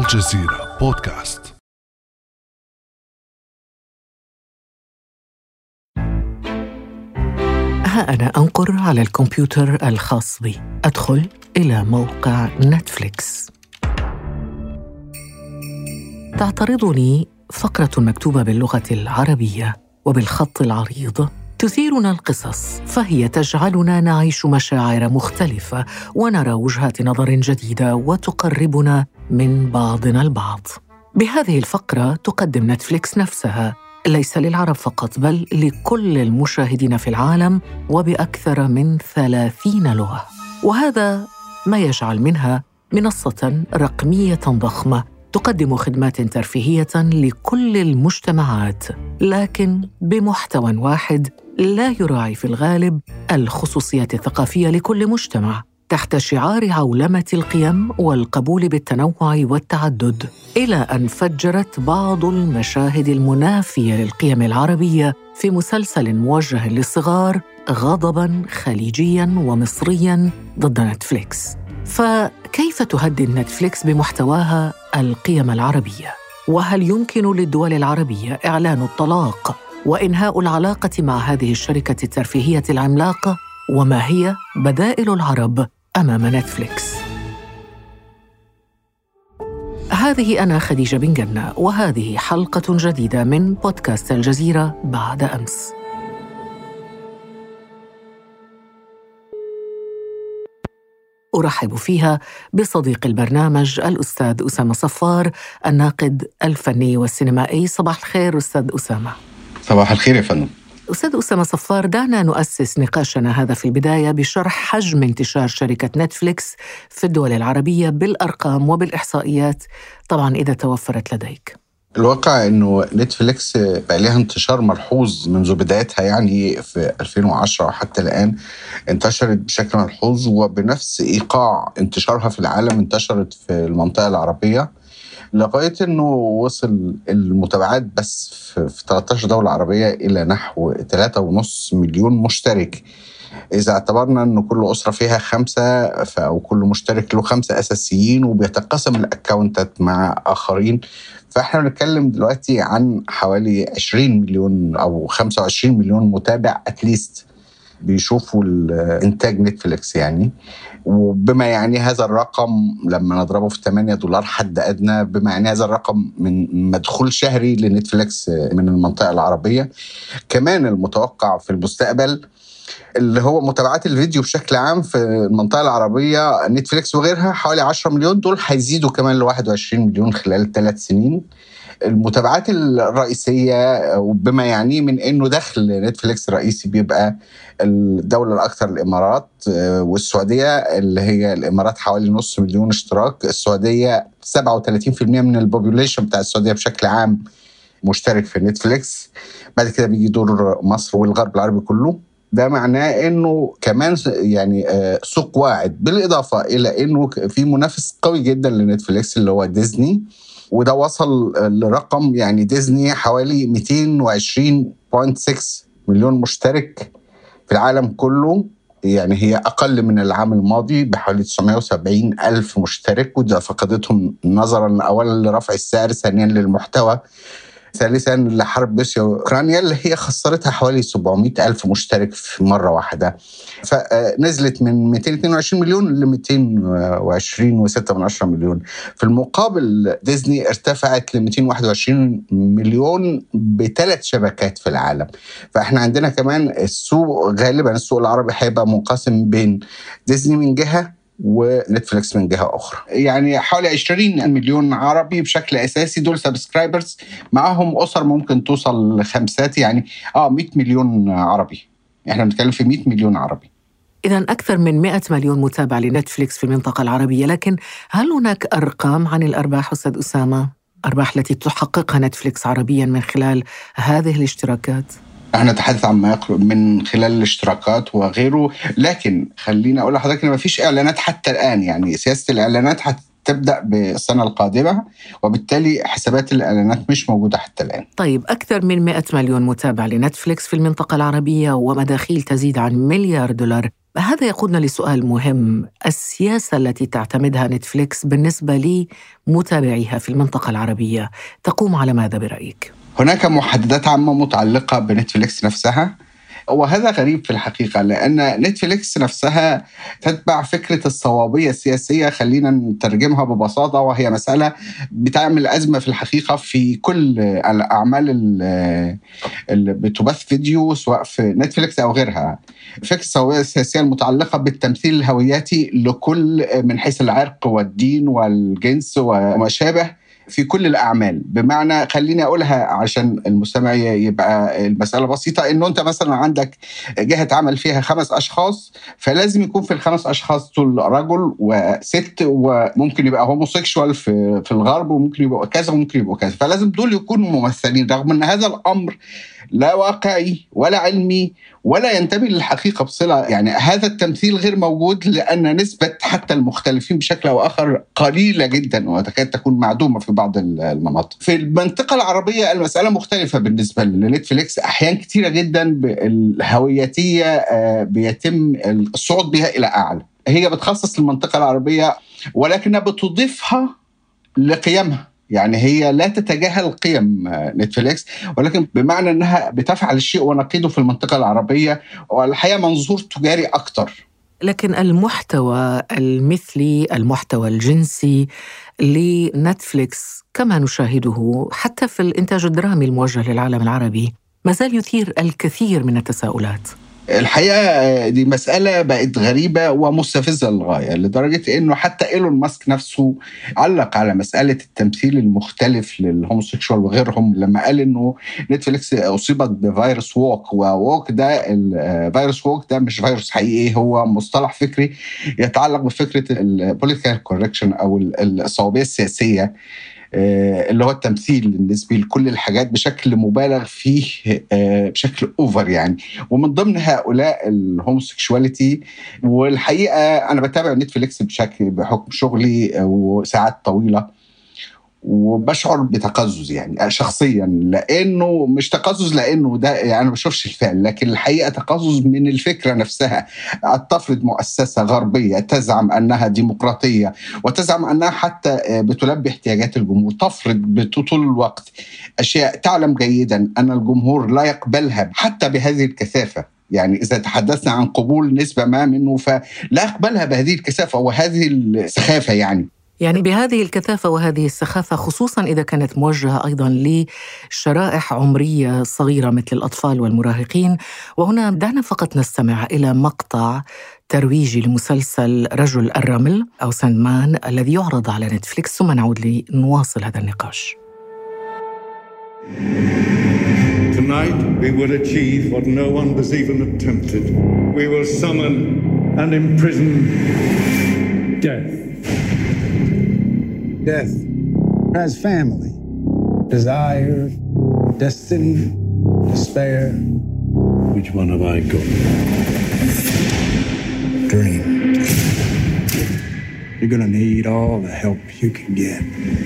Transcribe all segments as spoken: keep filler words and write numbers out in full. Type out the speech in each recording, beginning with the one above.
الجزيرة بودكاست. ها أنا أنقر على الكمبيوتر الخاص بي، أدخل إلى موقع نتفليكس. تعترضني فقرة مكتوبة باللغة العربية وبالخط العريض تثيرنا القصص، فهي تجعلنا نعيش مشاعر مختلفة ونرى وجهات نظر جديدة وتقربنا من بعضنا البعض. بهذه الفقرة تقدم نتفليكس نفسها ليس للعرب فقط بل لكل المشاهدين في العالم وبأكثر من ثلاثين لغة، وهذا ما يجعل منها منصة رقمية ضخمة تقدم خدمات ترفيهية لكل المجتمعات، لكن بمحتوى واحد لا يراعي في الغالب الخصوصيات الثقافية لكل مجتمع، تحت شعار عولمة القيم والقبول بالتنوع والتعدد، إلى أن فجرت بعض المشاهد المنافية للقيم العربية في مسلسل موجه للصغار غضباً خليجياً ومصرياً ضد نتفليكس. فكيف تهدد نتفليكس بمحتواها القيم العربية؟ وهل يمكن للدول العربية إعلان الطلاق وإنهاء العلاقة مع هذه الشركة الترفيهية العملاقة؟ وما هي بدائل العرب أمام نتفليكس؟ هذه أنا خديجة بن جنة، وهذه حلقة جديدة من بودكاست الجزيرة بعد أمس. أرحب فيها بصديق البرنامج الأستاذ أسامة صفار، الناقد الفني والسينمائي. صباح الخير أستاذ أسامة. صباح الخير يا فندم. أستاذ أسامة صفار، دعنا نؤسس نقاشنا هذا في البداية بشرح حجم انتشار شركة نتفليكس في الدول العربية بالأرقام وبالإحصائيات، طبعاً إذا توفرت لديك. الواقع إنه نتفليكس بقى لها انتشار ملحوظ منذ بدايتها، يعني في ألفين وعشرة وحتى الآن انتشرت بشكل ملحوظ، وبنفس إيقاع انتشارها في العالم انتشرت في المنطقة العربية، لغاية إنه وصل المتابعات بس في ثلاثة عشر دولة عربية إلى نحو ثلاثة ونص مليون مشترك. إذا اعتبرنا إنه كل أسرة فيها خمسة أو كل مشترك له خمسة أساسيين وبيتقسم الأكاونتات مع آخرين، فإحنا بنتكلم دلوقتي عن حوالي عشرين مليون أو خمسة وعشرين مليون متابع أتليست بيشوفوا الانتاج نتفليكس يعني. وبما يعني هذا الرقم لما نضربه في ثمانية دولار حد أدنى، بما يعني هذا الرقم من مدخول شهري لنتفليكس من المنطقة العربية. كمان المتوقع في المستقبل اللي هو متابعات الفيديو بشكل عام في المنطقة العربية، نتفليكس وغيرها حوالي عشرة مليون، دول هيزيدوا كمان ل واحد وعشرين مليون خلال ثلاث سنين. المتابعات الرئيسية وبما يعني من إنه دخل نتفليكس الرئيسي بيبقى الدولة الأكثر الإمارات والسعودية، اللي هي الإمارات حوالي نص مليون اشتراك، السعودية سبعة وثلاثين بالمئة من البوبوليشن بتاع السعودية بشكل عام مشترك في نتفليكس. بعد كده بيجي دور مصر والغرب العربي كله. ده معناه إنه كمان يعني سوق واعد، بالإضافة إلى إنه في منافس قوي جدا لنتفليكس اللي هو ديزني، وده وصل لرقم يعني ديزني حوالي مئتين وعشرين فاصلة ستة مليون مشترك في العالم كله، يعني هي أقل من العام الماضي بحوالي تسعمائة وسبعين ألف مشترك، وده فقدتهم نظرا أولا لرفع السعر، ثانيا للمحتوى، ثالثاً لحرب روسيا وأوكرانيا اللي هي خسرتها حوالي سبعمائة ألف مشترك في مرة واحدة، فنزلت من مئتين واثنين وعشرين مليون ل مئتين وعشرين فاصلة ستة مليون. في المقابل ديزني ارتفعت ل مئتين وواحد وعشرين مليون بثلاث شبكات في العالم. فإحنا عندنا كمان السوق غالباً السوق العربي هيبقى منقسم بين ديزني من جهة ونتفليكس من جهة أخرى، يعني حوالي عشرين مليون عربي بشكل أساسي، دول سبسكرايبرز، معهم أسر ممكن توصل لخمسات، يعني آه مئة مليون عربي، إحنا بنتكلم في مئة مليون عربي. إذن أكثر من مئة مليون متابع لنتفليكس في المنطقة العربية، لكن هل هناك أرقام عن الأرباح أستاذ أسامة؟ أرباح التي تحققها نتفليكس عربيا من خلال هذه الاشتراكات؟ احنا نتحدث عن ما يقرب من خلال الاشتراكات وغيره، لكن خلينا أقول لحضرتك إن ما فيش إعلانات حتى الآن، يعني سياسة الإعلانات هتبدأ بالسنة القادمة، وبالتالي حسابات الإعلانات مش موجودة حتى الآن. طيب، أكثر من مئة مليون متابع لنتفليكس في المنطقة العربية ومداخيل تزيد عن مليار دولار هذا يقودنا لسؤال مهم. السياسة التي تعتمدها نتفليكس بالنسبة لمتابعيها في المنطقة العربية تقوم على ماذا برأيك؟ هناك محددات عامة متعلقة بنتفليكس نفسها، وهذا غريب في الحقيقة، لأن نتفليكس نفسها تتبع فكرة الصوابية السياسية. خلينا نترجمها ببساطة، وهي مسألة بتعمل أزمة في الحقيقة في كل الأعمال اللي بتبث فيديو سواء في نتفليكس أو غيرها. فكرة الصوابية السياسية المتعلقة بالتمثيل الهوياتي لكل من حيث العرق والدين والجنس وما شابه في كل الأعمال. بمعنى، خليني أقولها عشان المستمع يبقى المسألة بسيطة، إنه أنت مثلا عندك جهة عمل فيها خمس أشخاص، فلازم يكون في الخمس أشخاص دول رجل وست، وممكن يبقى هوموسيكشوال في في الغرب، وممكن يبقى كذا وممكن يبقى كذا، فلازم دول يكونوا ممثلين، رغم أن هذا الأمر لا واقعي ولا علمي ولا ينتمي للحقيقة بصلة. يعني هذا التمثيل غير موجود، لأن نسبة حتى المختلفين بشكل أو آخر قليلة جدا، وتكاد تكون معدومة في بعض المناطق. في المنطقة العربية المسألة مختلفة بالنسبة لنتفليكس. أحيان كثيرة جدا الهوياتية بيتم الصعود بها إلى أعلى. هي بتخصص المنطقة العربية، ولكنها بتضيفها لقيمها. يعني هي لا تتجاهل قيم نتفليكس، ولكن بمعنى أنها بتفعل الشيء ونقيده في المنطقة العربية، والحقيقة منظور تجاري أكتر. لكن المحتوى المثلي، المحتوى الجنسي لنتفليكس كما نشاهده حتى في الإنتاج الدرامي الموجه للعالم العربي، ما زال يثير الكثير من التساؤلات. الحقيقة دي مسألة بقت غريبة ومستفزة للغاية، لدرجة أنه حتى إيلون ماسك نفسه علق على مسألة التمثيل المختلف للهوموسيكشوال وغيرهم، لما قال أنه نتفليكس أصيبت بفيروس ووك. ووك ده الفيروس ووك ده مش فيروس حقيقي، هو مصطلح فكري يتعلق بفكرة البوليتيكال كوركشن أو الصوابية السياسية، اللي هو التمثيل النسبي لكل الحاجات بشكل مبالغ فيه، بشكل أوفر يعني. ومن ضمن هؤلاء الهوموسيكشواليتي. والحقيقة أنا بتابع نتفليكس بشكل بحكم شغلي وساعات طويلة، وبشعر بتقزز يعني شخصيا، لأنه مش تقزز لأنه ده يعني أنا بشوفش الفعل، لكن الحقيقة تقزز من الفكرة نفسها. تفرض مؤسسة غربية تزعم أنها ديمقراطية وتزعم أنها حتى بتلبي احتياجات الجمهور، تفرض طول الوقت أشياء تعلم جيدا أن الجمهور لا يقبلها حتى بهذه الكثافة. يعني إذا تحدثنا عن قبول نسبة ما منه، فلا يقبلها بهذه الكثافة وهذه السخافة يعني. يعني بهذه الكثافة وهذه السخافة، خصوصاً إذا كانت موجهة أيضاً لشرائح عمرية صغيرة مثل الأطفال والمراهقين. وهنا دعنا فقط نستمع إلى مقطع ترويجي لمسلسل رجل الرمل أو ساندمان الذي يعرض على نتفليكس، ثم نعود لنواصل هذا النقاش. Tonight we will achieve what no one has even attempted. We will summon and imprison death. Death has family, desire, destiny, despair. Which one have I got? Dream. You're gonna need all the help you can get.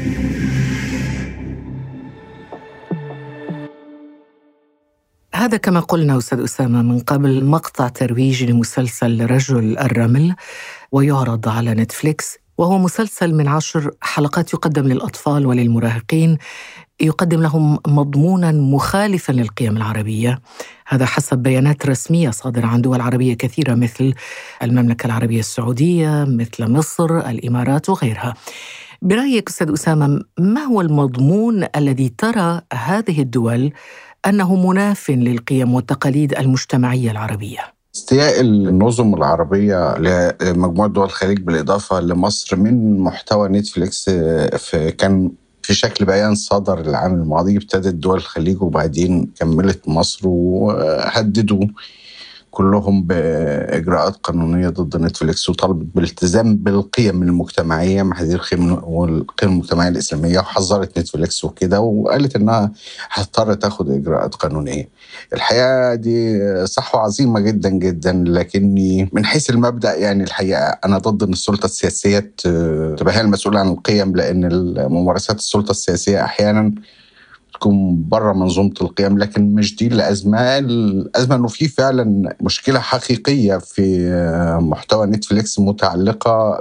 هذا كما قلنا أستاذ أسامة من قبل مقطع ترويجي لمسلسل رجل الرمل، ويعرض على نتفليكس، وهو مسلسل من عشر حلقات يقدم للأطفال وللمراهقين، يقدم لهم مضموناً مخالفاً للقيم العربية. هذا حسب بيانات رسمية صادرة عن دول عربية كثيرة مثل المملكة العربية السعودية، مثل مصر، الإمارات وغيرها. برأيك أستاذ أسامة، ما هو المضمون الذي ترى هذه الدول أنه مناف للقيم والتقاليد المجتمعية العربية؟ استياء النظم العربية لمجموعة دول الخليج بالإضافة لمصر من محتوى نتفليكس في كان في شكل بيان صدر العام الماضي. ابتدت دول الخليج وبعدين كملت مصر، وهددوا كلهم بإجراءات قانونية ضد نتفليكس، وطلبت بالالتزام بالقيم المجتمعية مع هذه القيم والقيم المجتمعية الإسلامية، وحذرت نتفليكس وكده، وقالت إنها هتضطر تاخد إجراءات قانونية. الحقيقة دي صحوة عظيمة جدا جدا، لكني من حيث المبدأ يعني الحقيقة أنا ضد أن السلطة السياسية تبقى هي المسؤولة عن القيم، لأن ممارسات السلطة السياسية أحيانا تكون بره منظومة القيم، لكن مش دي الأزمة. الأزمة أنه في فعلا مشكلة حقيقية في محتوى نتفليكس متعلقة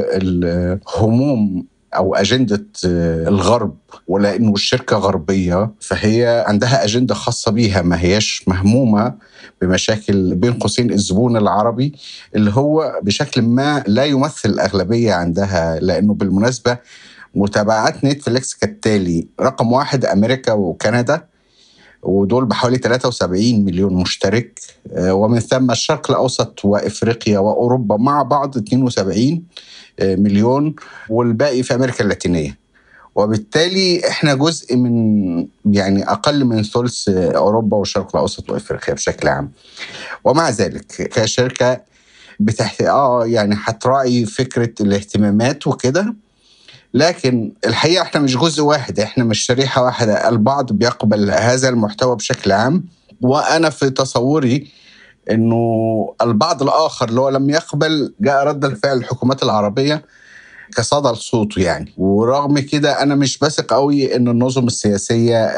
بالهموم أو أجندة الغرب، ولأنه الشركة غربية فهي عندها أجندة خاصة بيها، ما هيش مهمومة بمشاكل بين قوسين الزبون العربي اللي هو بشكل ما لا يمثل الأغلبية عندها. لأنه بالمناسبة متابعات نتفليكس كالتالي: رقم واحد أمريكا وكندا، ودول بحوالي ثلاثة وسبعين مليون مشترك، ومن ثم الشرق الأوسط وإفريقيا وأوروبا مع بعض اثنين وسبعين مليون، والباقي في أمريكا اللاتينية. وبالتالي إحنا جزء من يعني أقل من ثلث أوروبا والشرق الأوسط وإفريقيا بشكل عام. ومع ذلك كشركة بتحت آه يعني هتراعي فكرة الاهتمامات وكده، لكن الحقيقة إحنا مش جزء واحد، إحنا مش شريحة واحدة. البعض بيقبل هذا المحتوى بشكل عام، وأنا في تصوري إنه البعض الآخر اللي هو لم يقبل جاء رد الفعل الحكومات العربية كصدى لصوته يعني. ورغم كده أنا مش بثق قوي إن النظم السياسية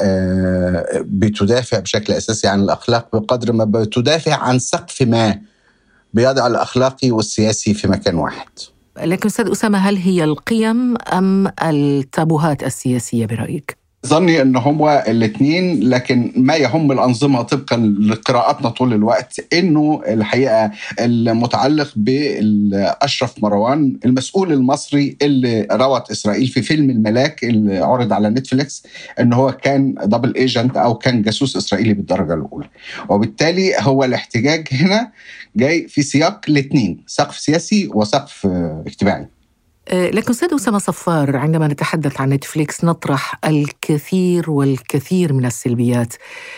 بتدافع بشكل أساسي عن الأخلاق بقدر ما بتدافع عن سقف ما بيضع الأخلاقي والسياسي في مكان واحد. لكن أستاذ أسامة، هل هي القيم أم التابوهات السياسية برأيك؟ ظني أنه هو الاثنين، لكن ما يهم الأنظمة طبقا لقراءاتنا طول الوقت أنه الحقيقة المتعلق بالأشرف مروان المسؤول المصري اللي روت إسرائيل في فيلم الملاك اللي عرض على نتفليكس أنه هو كان دبل ايجنت أو كان جاسوس إسرائيلي بالدرجة الأولى. وبالتالي هو الاحتجاج هنا جاي في سياق الاثنين، سقف سياسي وسقف اجتماعي. لكن أستاذ أسامة صفار، عندما نتحدث عن نتفليكس نطرح الكثير والكثير من السلبيات.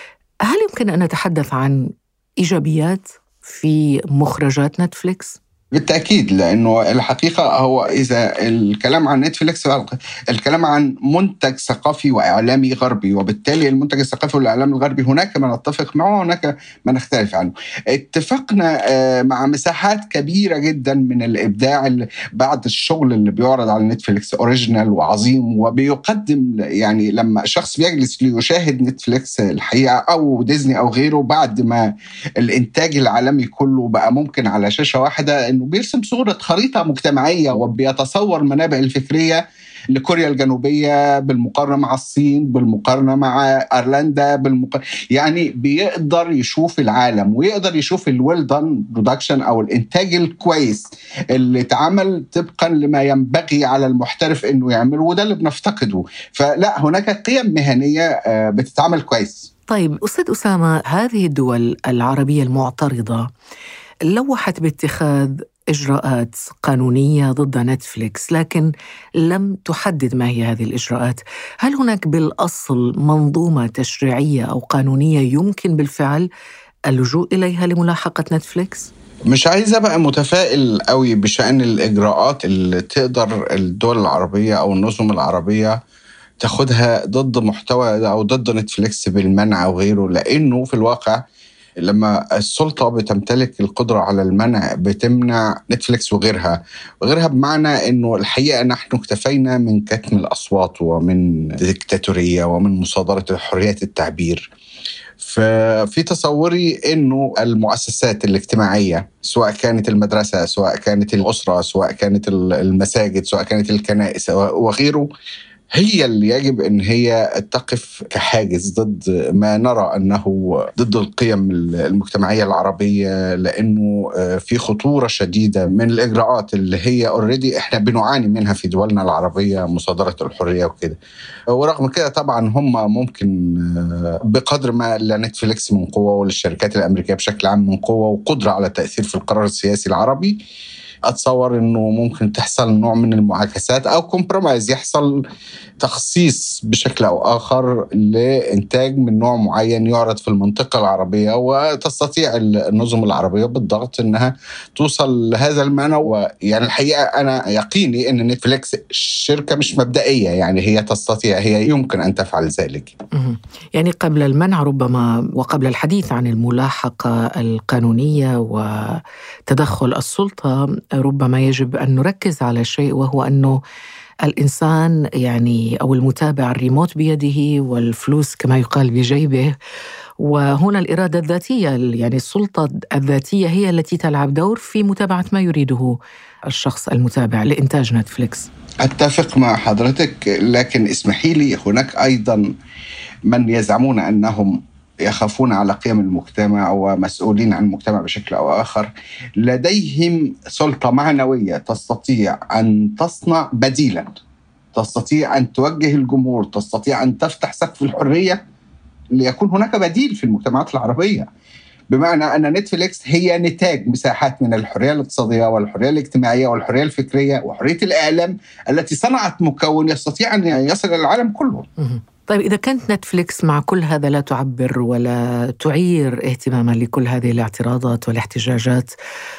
هل يمكن أن نتحدث عن إيجابيات في مخرجات نتفليكس؟ بالتأكيد، لأنه الحقيقة هو إذا الكلام عن نتفليكس الكلام عن منتج ثقافي وإعلامي غربي، وبالتالي المنتج الثقافي والإعلامي الغربي هناك ما نتفق معه وهناك ما نختلف عنه. اتفقنا مع مساحات كبيرة جدا من الإبداع بعد الشغل اللي بيعرض على نتفليكس أوريجينال وعظيم وبيقدم. يعني لما شخص بيجلس ليشاهد نتفليكس الحقيقة أو ديزني أو غيره بعد ما الإنتاج العالمي كله بقى ممكن على شاشة واحدة، إنه بيرسم صورة خريطة مجتمعية وبيتصور منابع الفكرية لكوريا الجنوبية بالمقارنة مع الصين، بالمقارنة مع أيرلندا، بالمقارنة يعني بيقدر يشوف العالم ويقدر يشوف الويل دان برودكشن أو الإنتاج الكويس اللي اتعمل طبقا لما ينبغي على المحترف إنه يعمله، وده اللي بنفتقده. فلا، هناك قيم مهنية بتتعمل كويس. طيب أستاذ أسامة، هذه الدول العربية المعترضة لوحت باتخاذ إجراءات قانونية ضد نتفليكس، لكن لم تحدد ما هي هذه الإجراءات. هل هناك بالأصل منظومة تشريعية أو قانونية يمكن بالفعل اللجوء إليها لملاحقة نتفليكس؟ مش عايز أبقى متفائل قوي بشأن الإجراءات اللي تقدر الدول العربية أو النظم العربية تاخدها ضد محتوى أو ضد نتفليكس بالمنع أو غيره، لأنه في الواقع لما السلطة بتمتلك القدرة على المنع بتمنع نتفليكس وغيرها وغيرها بمعنى أنه الحقيقة نحن اكتفينا من كتم الأصوات ومن ديكتاتورية ومن مصادرة حرية التعبير. ففي تصوري أنه المؤسسات الاجتماعية سواء كانت المدرسة سواء كانت الأسرة سواء كانت المساجد سواء كانت الكنائس وغيره هي اللي يجب أن هي تقف كحاجز ضد ما نرى أنه ضد القيم المجتمعية العربية، لأنه في خطورة شديدة من الإجراءات اللي هي already إحنا بنعاني منها في دولنا العربية، مصادرة الحرية وكده. ورغم كده طبعا هم ممكن بقدر ما لنتفليكس من قوة وللشركات الأمريكية بشكل عام من قوة وقدرة على التأثير في القرار السياسي العربي، أتصور أنه ممكن تحصل نوع من المعاكسات أو كومبرومايز، يحصل تخصيص بشكل أو آخر لإنتاج من نوع معين يعرض في المنطقة العربية، وتستطيع النظم العربية بالضغط أنها توصل لهذا المعنى. ويعني الحقيقة أنا يقيني أن نتفليكس شركة مش مبدئية، يعني هي تستطيع هي يمكن أن تفعل ذلك. يعني قبل المنع ربما وقبل الحديث عن الملاحقة القانونية وتدخل السلطة ربما يجب أن نركز على شيء، وهو أنه الإنسان يعني أو المتابع الريموت بيده والفلوس كما يقال بجيبه، وهنا الإرادة الذاتية يعني السلطة الذاتية هي التي تلعب دور في متابعة ما يريده الشخص المتابع لإنتاج نتفليكس. أتفق مع حضرتك، لكن اسمحي لي هناك أيضا من يزعمون أنهم يخافون على قيم المجتمع ومسؤولين عن المجتمع بشكل أو آخر، لديهم سلطة معنوية تستطيع أن تصنع بديلا، تستطيع أن توجه الجمهور، تستطيع أن تفتح سقف الحرية ليكون هناك بديل في المجتمعات العربية. بمعنى أن نتفليكس هي نتاج مساحات من الحرية الاقتصادية والحرية الاجتماعية والحرية الفكرية وحرية الإعلام التي صنعت مكون يستطيع أن يصل إلى العالم كله. طيب إذا كانت نتفليكس مع كل هذا لا تعبر ولا تعير اهتماما لكل هذه الاعتراضات والاحتجاجات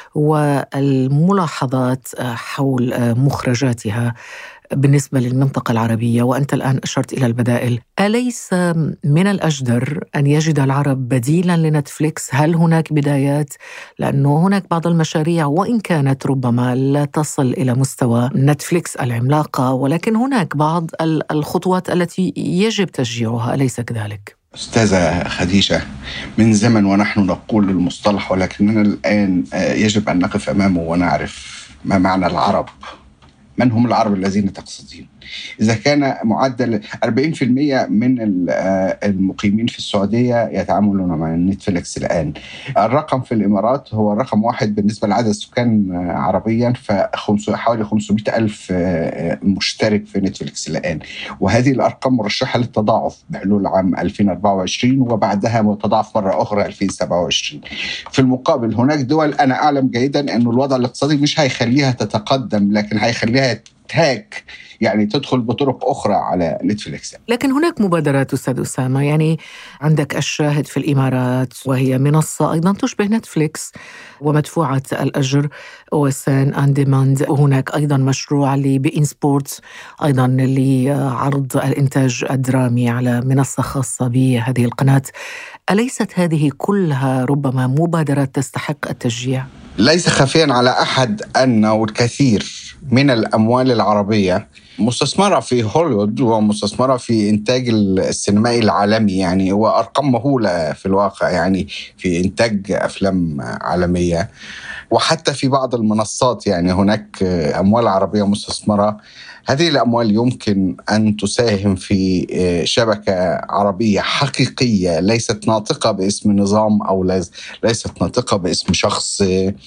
والملاحظات حول مخرجاتها بالنسبة للمنطقة العربية، وأنت الآن أشرت إلى البدائل، أليس من الأجدر أن يجد العرب بديلاً لنتفليكس؟ هل هناك بدايات؟ لأنه هناك بعض المشاريع وإن كانت ربما لا تصل إلى مستوى نتفليكس العملاقة، ولكن هناك بعض الخطوات التي يجب تشجيعها، أليس كذلك؟ أستاذة خديجة، من زمن ونحن نقول المصطلح، ولكننا الآن يجب أن نقف أمامه ونعرف ما معنى العرب. من هم العرب الذين تقصدين؟ إذا كان معدل أربعين بالمئة من المقيمين في السعودية يتعاملون مع نتفليكس الآن، الرقم في الإمارات هو رقم واحد بالنسبة لعدد السكان عربيا، فحوالي خمسمائة ألف مشترك في نتفليكس الآن، وهذه الأرقام مرشحة للتضاعف بحلول عام ألفين وأربعة وعشرين وبعدها متضاعف مرة أخرى ألفين وسبعة وعشرين. في المقابل هناك دول أنا أعلم جيدا أن الوضع الاقتصادي مش هيخليها تتقدم، لكن هيخليها تهاك، يعني تدخل بطرق أخرى على نتفليكس. لكن هناك مبادرات أستاذ أسامة، يعني عندك الشاهد في الإمارات وهي منصة أيضا تشبه نتفليكس ومدفوعة الأجر، أو إس إن أون ديماند، وهناك أيضا مشروع لبين سبورتس أيضا لعرض الإنتاج الدرامي على منصة خاصة بهذه القناة. أليست هذه كلها ربما مبادرات تستحق التشجيع؟ ليس خفيا على أحد أن الكثير من الأموال العربية مستثمرة في هوليوود ومستثمرة في إنتاج السينمائي العالمي، يعني وأرقام مهولة في الواقع، يعني في إنتاج أفلام عالمية، وحتى في بعض المنصات يعني هناك أموال عربية مستثمرة. هذه الأموال يمكن أن تساهم في شبكة عربية حقيقية ليست ناطقة باسم نظام أو ليست ناطقة باسم شخص،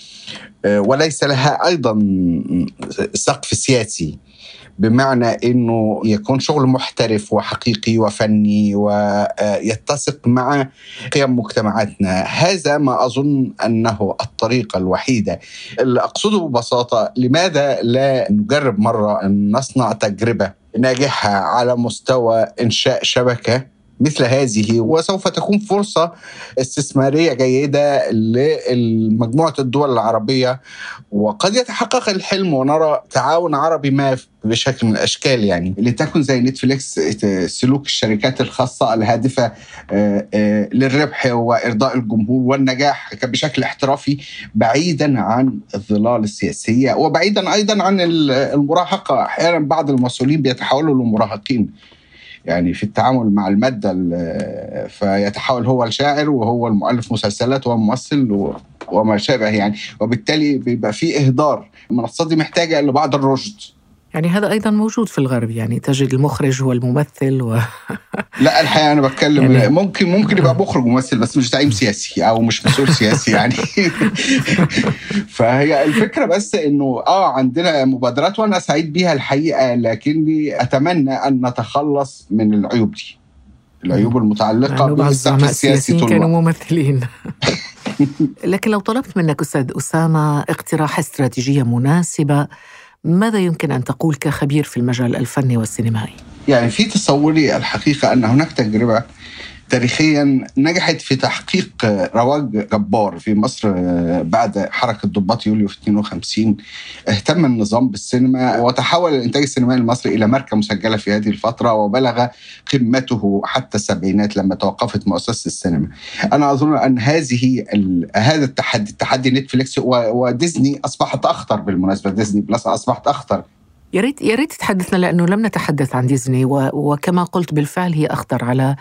وليس لها أيضا سقف سياسي، بمعنى أنه يكون شغل محترف وحقيقي وفني ويتسق مع قيم مجتمعاتنا. هذا ما أظن أنه الطريقة الوحيدة. اللي أقصده ببساطة، لماذا لا نجرب مرة أن نصنع تجربة ناجحة على مستوى إنشاء شبكة مثل هذه، وسوف تكون فرصة استثمارية جيدة لمجموعة الدول العربية، وقد يتحقق الحلم ونرى تعاون عربي ما بشكل من الأشكال، يعني لتكن زي نتفليكس سلوك الشركات الخاصة الهادفة للربح وإرضاء الجمهور والنجاح بشكل احترافي، بعيدا عن الظلال السياسية وبعيدا أيضا عن المراهقة. أحيانا بعض المسؤولين بيتحولوا للمراهقين يعني في التعامل مع المادة، فيتحول هو الشاعر وهو المؤلف مسلسلات وممثل وما شابه يعني، وبالتالي بيبقى فيه إهدار. المنصات دي محتاجة لبعض الرشد. يعني هذا أيضا موجود في الغرب، يعني تجد المخرج هو الممثل و... لا الحقيقة أنا بتكلم يعني ممكن ممكن يبقى مخرج ممثل بس مش زعيم سياسي أو مش مسؤول سياسي يعني. فهي الفكرة بس إنه آه عندنا مبادرات وأنا سعيد بيها الحقيقة، لكني أتمنى أن نتخلص من العيوب دي، العيوب المتعلقة بالسقف السياسي. كانوا ممثلين. لكن لو طلبت منك أستاذ أسامة اقتراح استراتيجية مناسبة، ماذا يمكن أن تقول كخبير في المجال الفني والسينمائي؟ يعني في تصوري الحقيقة أن هناك تجربة تاريخيا نجحت في تحقيق رواج جبار في مصر بعد حركة ضباط يوليو في اثنين وخمسين. اهتم النظام بالسينما وتحول الإنتاج السينمائي المصري إلى ماركة مسجلة في هذه الفترة، وبلغ قمته حتى السبعينات لما توقفت مؤسسة السينما. أنا أظن أن هذه هذا التحدي، تحدي نتفليكس وديزني أصبحت أخطر، بالمناسبة ديزني بلس أصبحت أخطر يا ريت يا ريت تحدثنا، لأنه لم نتحدث عن ديزني، وكما قلت بالفعل هي أخطر على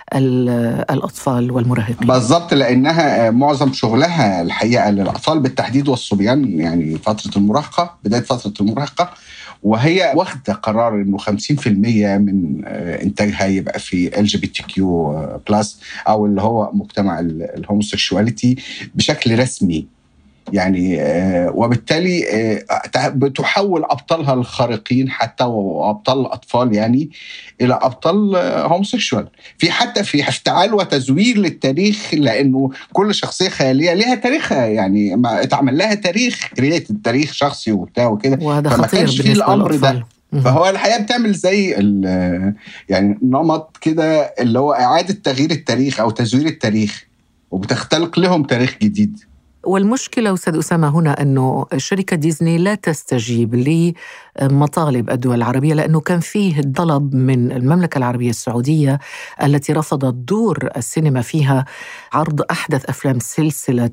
الأطفال والمراهقين. بالضبط، لأنها معظم شغلها الحقيقة للأطفال بالتحديد والصبيان، يعني فترة المراهقة، بداية فترة المراهقة، وهي واخدة قرار إنه خمسين بالمئة من إنتاجها يبقى في إل جي بي تي كيو بلس أو اللي هو مجتمع الهوموسيكشواليتي بشكل رسمي يعني. وبالتالي بتحول أبطالها الخارقين حتى وأبطال الأطفال يعني إلى أبطال هوموسيكشوال، في حتى في افتعال وتزوير للتاريخ، لأنه كل شخصية خيالية لها تاريخها يعني، ما اتعمل لها تاريخ كريات التاريخ شخصي وبتاع وكده، وهذا خطير بالنسبة للأطفال. فهو الحقيقة بتعمل زي يعني نمط كده اللي هو إعادة تغيير التاريخ أو تزوير التاريخ، وبتختلق لهم تاريخ جديد. والمشكلة أستاذ أسامة هنا أنه شركة ديزني لا تستجيب لمطالب الدول العربية، لأنه كان فيه طلب من المملكة العربية السعودية التي رفضت دور السينما فيها عرض أحدث أفلام سلسلة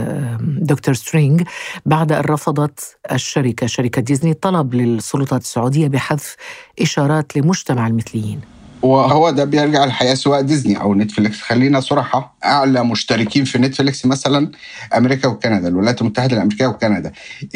دكتور سترينج، بعد أن رفضت الشركة شركة ديزني طلب للسلطات السعودية بحذف إشارات لمجتمع المثليين. وهو ده بيرجع الحقيقة سواء ديزني أو نتفليكس. خلينا صراحة، أعلى مشتركين في نتفليكس مثلا أمريكا وكندا، الولايات المتحدة الأمريكية وكندا،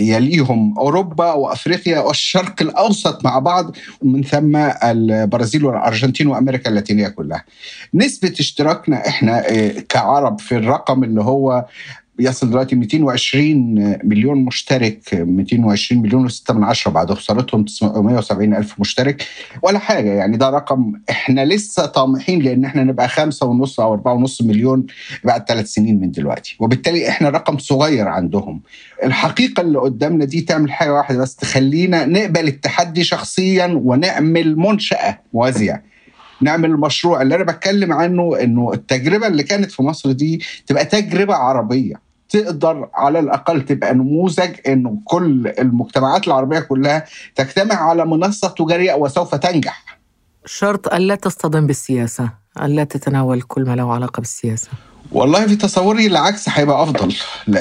يليهم أوروبا وأفريقيا والشرق الأوسط مع بعض، ومن ثم البرازيل والأرجنتين وأمريكا اللاتينية كلها. نسبة اشتراكنا إحنا كعرب في الرقم اللي هو يصل دلوقتي مئتين وعشرين مليون مشترك، مئتين وعشرين مليون وستة من عشرة بعد خسارتهم تسعمائة وسبعين ألف مشترك ولا حاجة يعني. ده رقم إحنا لسه طامحين لأن إحنا نبقى خمسة ونص أو أربعة ونص مليون بعد ثلاث سنين من دلوقتي، وبالتالي إحنا رقم صغير عندهم. الحقيقة اللي قدامنا دي تعمل حاجة واحدة بس، تخلينا نقبل التحدي شخصيا ونعمل منشأة موازية، نعمل المشروع اللي أنا بتكلم عنه، إنه التجربة اللي كانت في مصر دي تبقى تجربة عربية، تقدر على الأقل تبقى نموذج إنه كل المجتمعات العربية كلها تجتمع على منصة تجارية وسوف تنجح. شرط ألا تصطدم بالسياسة، ألا تتناول كل ما له علاقة بالسياسة. والله في تصوري العكس هيبقى أفضل،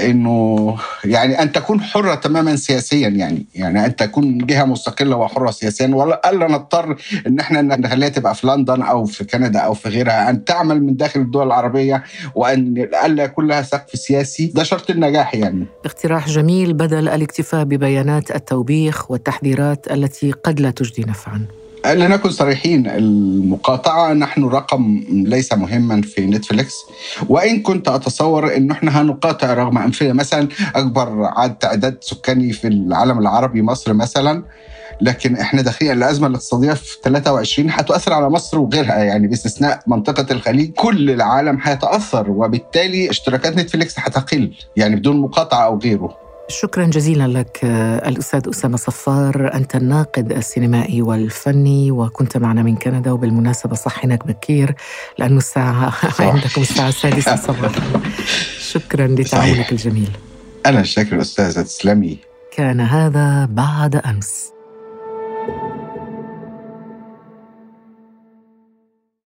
لأنه يعني أن تكون حرة تماما سياسيا، يعني يعني أن تكون جهة مستقلة وحرة سياسيا، ولا ألا نضطر إن إحنا نخليها تبقى في لندن أو في كندا أو في غيرها، أن تعمل من داخل الدول العربية وأن ألا يكون لها سقف سياسي. ده شرط النجاح يعني. اقتراح جميل بدل الاكتفاء ببيانات التوبيخ والتحذيرات التي قد لا تجدي نفعا. لنكن صريحين، المقاطعة نحن رقم ليس مهما في نتفليكس، وإن كنت أتصور إنه إحنا هنقاطع رغم أنفنا. مثلا أكبر عدد تعداد سكاني في العالم العربي مصر مثلا، لكن إحنا داخلين الأزمة الاقتصادية في ثلاثة وعشرين هتؤثر على مصر وغيرها يعني، باستثناء منطقة الخليج كل العالم هيتأثر، وبالتالي اشتراكات نتفليكس هتقل يعني بدون مقاطعة أو غيره. شكرا جزيلا لك الأستاذ أسامة صفار، أنت الناقد السينمائي والفني وكنت معنا من كندا، وبالمناسبة صحيناك بكير لأنه الساعة عندكم الساعة السادسة صباحا. شكرا لتعاونك الجميل. أنا شاكر أستاذة، تسلمي. كان هذا بعد أمس.